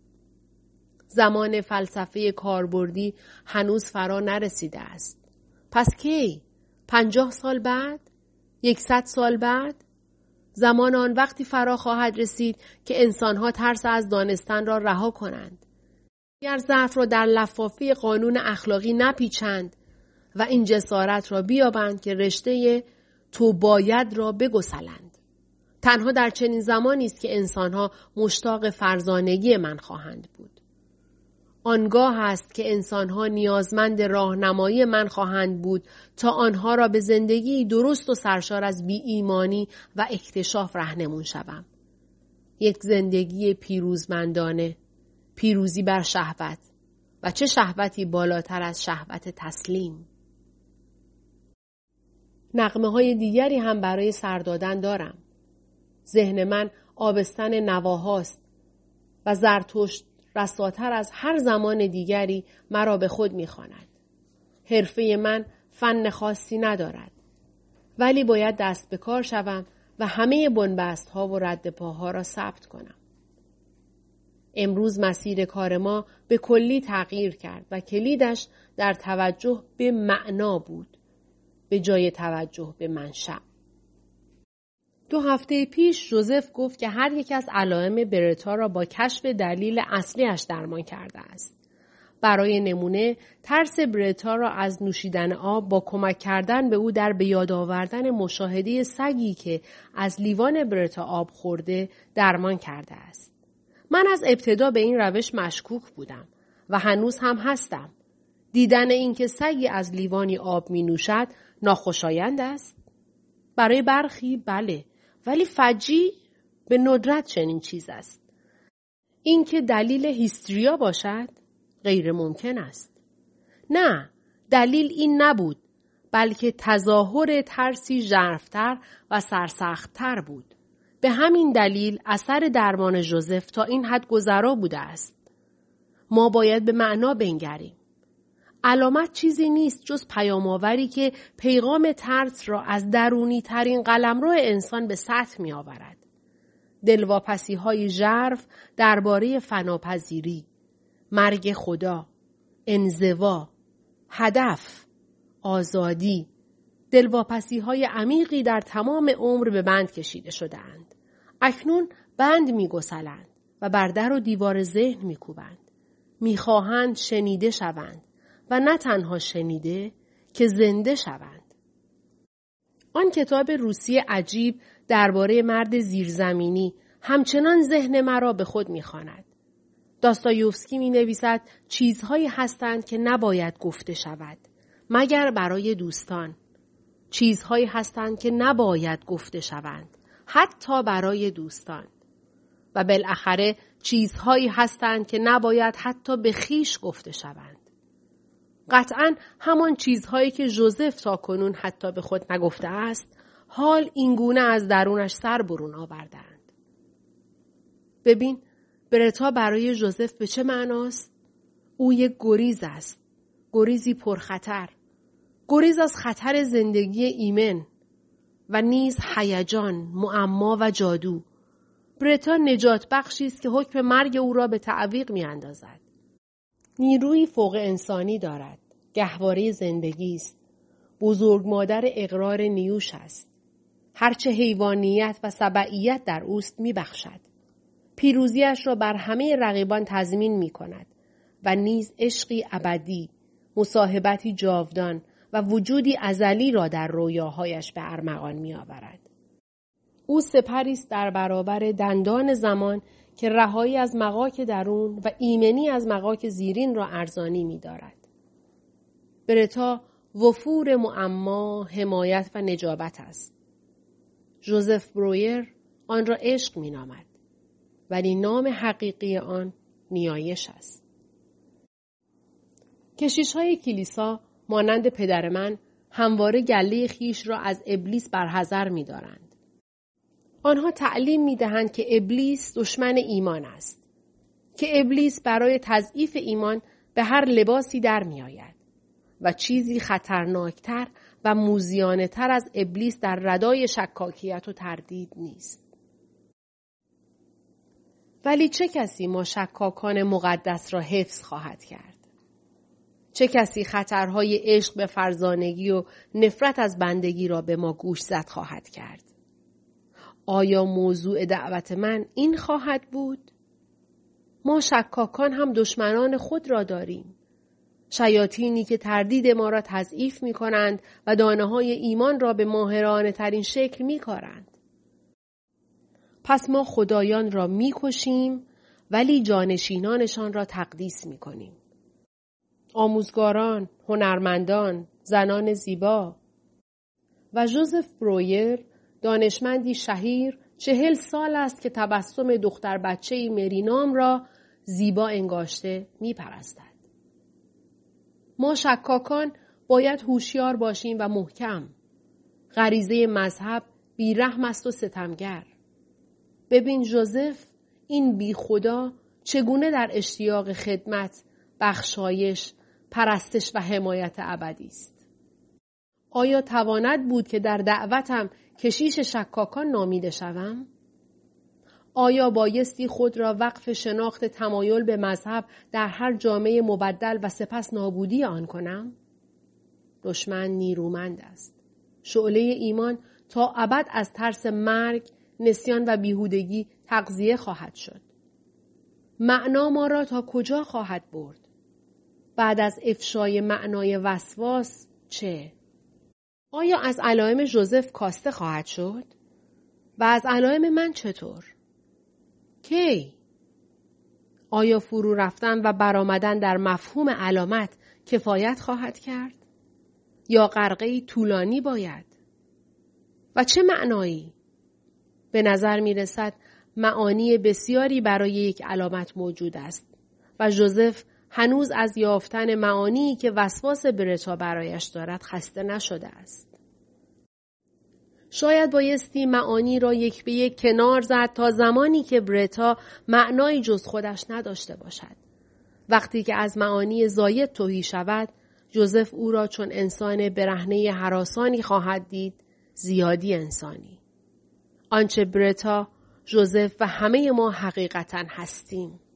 زمان فلسفه کاربردی هنوز فرا نرسیده است. پس کی؟ پنجاه سال بعد؟ یکصد سال بعد؟ زمان آن وقتی فرا خواهد رسید که انسان‌ها ترس از دانستن را رها کنند. اگر ضعف را در لفافه قانون اخلاقی نپیچند و این جسارت را بیابند که رشته تو باید را بگسلند. تنها در چنین زمانی است که انسان‌ها مشتاق فرزانگی من خواهند بود. آنگاه است که انسان‌ها نیازمند راهنمایی من خواهند بود تا آنها را به زندگی درست و سرشار از بی ایمانی و اکتشاف راهنمون شوم. یک زندگی پیروزمندانه، پیروزی بر شهوت و چه شهوتی بالاتر از شهوت تسلیم. نغمه های دیگری هم برای سر دادن دارم. ذهن من آبستن نواهاست و زرتشت رساتر از هر زمان دیگری مرا به خود می‌خواند. حرفه من فن خاصی ندارد. ولی باید دست به کار شوم و همه بنبست‌ها و رد پاها را ثبت کنم. امروز مسیر کار ما به کلی تغییر کرد و کلیدش در توجه به معنا بود، به جای توجه به منشأ. دو هفته پیش جوزف گفت که هر یک از علائم برتا را با کشف دلیل اصلیش درمان کرده است. برای نمونه ترس برتا را از نوشیدن آب با کمک کردن به او در به یاد آوردن مشاهده سگی که از لیوان برتا آب خورده درمان کرده است. من از ابتدا به این روش مشکوک بودم و هنوز هم هستم. دیدن اینکه سگی از لیوانی آب می نوشد ناخوشایند است؟ برای برخی بله، ولی فجیع به ندرت چنین چیز است. اینکه دلیل هیستریا باشد غیر ممکن است. نه، دلیل این نبود، بلکه تظاهر ترسی ژرف‌تر و سرسخت‌تر بود. به همین دلیل اثر درمان ژوزف تا این حد گذرا بوده است. ما باید به معنا بنگریم. علامت چیزی نیست جز پیام‌آوری که پیغام ترس را از درونی ترین قلمرو انسان به سطح می آورد. دلواپسی های ژرف درباره فناپذیری، مرگ خدا، انزوا، هدف، آزادی، دلواپسی های عمیقی در تمام عمر به بند کشیده شده اند. اکنون بند می گسلند و بر در و دیوار ذهن می کوبند. می خواهند شنیده شوند و نه تنها شنیده که زنده شوند. آن کتاب روسی عجیب درباره مرد زیرزمینی همچنان ذهن مرا به خود می‌خواند. داستایوفسکی می‌نویسد چیزهایی هستند که نباید گفته شود مگر برای دوستان. چیزهایی هستند که نباید گفته شوند حتی برای دوستان. و بالاخره چیزهایی هستند که نباید حتی به خویش گفته شوند. قطعاً همان چیزهایی که ژوزف تاکنون حتی به خود نگفته است، حال اینگونه از درونش سر برون آوردند. ببین، برتا برای ژوزف به چه معناست؟ او یک گریز است. گریزی پرخطر. گریز از خطر زندگی ایمن و نیز هیجان، معما و جادو. برتا نجات بخشی است که حکم مرگ او را به تعویق می اندازد. نیروی فوق انسانی دارد. گهواره زندگی است. بزرگ مادر اقرار نیوش است. هرچه حیوانیت و سبعیت در اوست می بخشد. پیروزیش را بر همه رقیبان تضمین می کند و نیز عشقی ابدی، مصاحبتی جاودان و وجودی ازلی را در رویاهایش به ارمغان می آورد. او سپری است در برابر دندان زمان که رهایی از مغاک درون و ایمنی از مغاک زیرین را ارزانی می دارد. برتا وفور معما، حمایت و نجابت است. ژوزف برویر آن را عشق می نامد. ولی نام حقیقی آن نیایش است. کشیش‌های کلیسا مانند پدر من همواره گله خیش را از ابلیس برحذر می دارند. آنها تعلیم می دهند که ابلیس دشمن ایمان است. که ابلیس برای تضعیف ایمان به هر لباسی در می آید و چیزی خطرناکتر و موذیانه تر از ابلیس در ردای شکاکیت و تردید نیست. ولی چه کسی ما شکاکان مقدس را حفظ خواهد کرد؟ چه کسی خطرهای عشق به فرزانگی و نفرت از بندگی را به ما گوش زد خواهد کرد؟ آیا موضوع دعوت من این خواهد بود؟ ما شکاکان هم دشمنان خود را داریم. شیاطینی که تردید ما را تضعیف می کنند و دانه های ایمان را به ماهرانه ترین شکل می کارند. پس ما خدایان را می کشیم ولی جانشینانشان را تقدیس می کنیم. آموزگاران، هنرمندان، زنان زیبا. و ژوزف برویر دانشمندی شهیر چهل سال است که تبسم دختر بچه‌ای مرینام را زیبا انگاشته می پرستد. ما شکاکان باید هوشیار باشیم و محکم. غریزه مذهب بیرحم است و ستمگر. ببین ژوزف، این بی خدا چگونه در اشتیاق خدمت، بخشایش، پرستش و حمایت ابدی است. آیا تواند بود که در دعوتم کشیش شکاکان نامیده شوم؟ آیا بایستی خود را وقف شناخت تمایل به مذهب در هر جامعه مبدل و سپس نابودی آن کنم؟ دشمن نیرومند است. شعله ایمان تا ابد از ترس مرگ، نسیان و بیهودگی تغذیه خواهد شد. معنا ما را تا کجا خواهد برد؟ بعد از افشای معنای وسواس چه؟ آیا از علائم ژوزف کاسته خواهد شد؟ و از علائم من چطور؟ کی؟ آیا فرو رفتن و برآمدن در مفهوم علامت کفایت خواهد کرد؟ یا غرقه‌ای طولانی باید؟ و چه معنایی؟ به نظر می رسد معانی بسیاری برای یک علامت موجود است و ژوزف هنوز از یافتن معانی که وسواس برتا برایش دارد خسته نشده است. شاید بایستی معانی را یک به یک کنار زد تا زمانی که برتا معنایی جز خودش نداشته باشد. وقتی که از معانی زاید تهی شود، ژوزف او را چون انسان برهنه هراسانی خواهد دید، زیادی انسانی. آنچه برتا، ژوزف و همه ما حقیقتاً هستیم.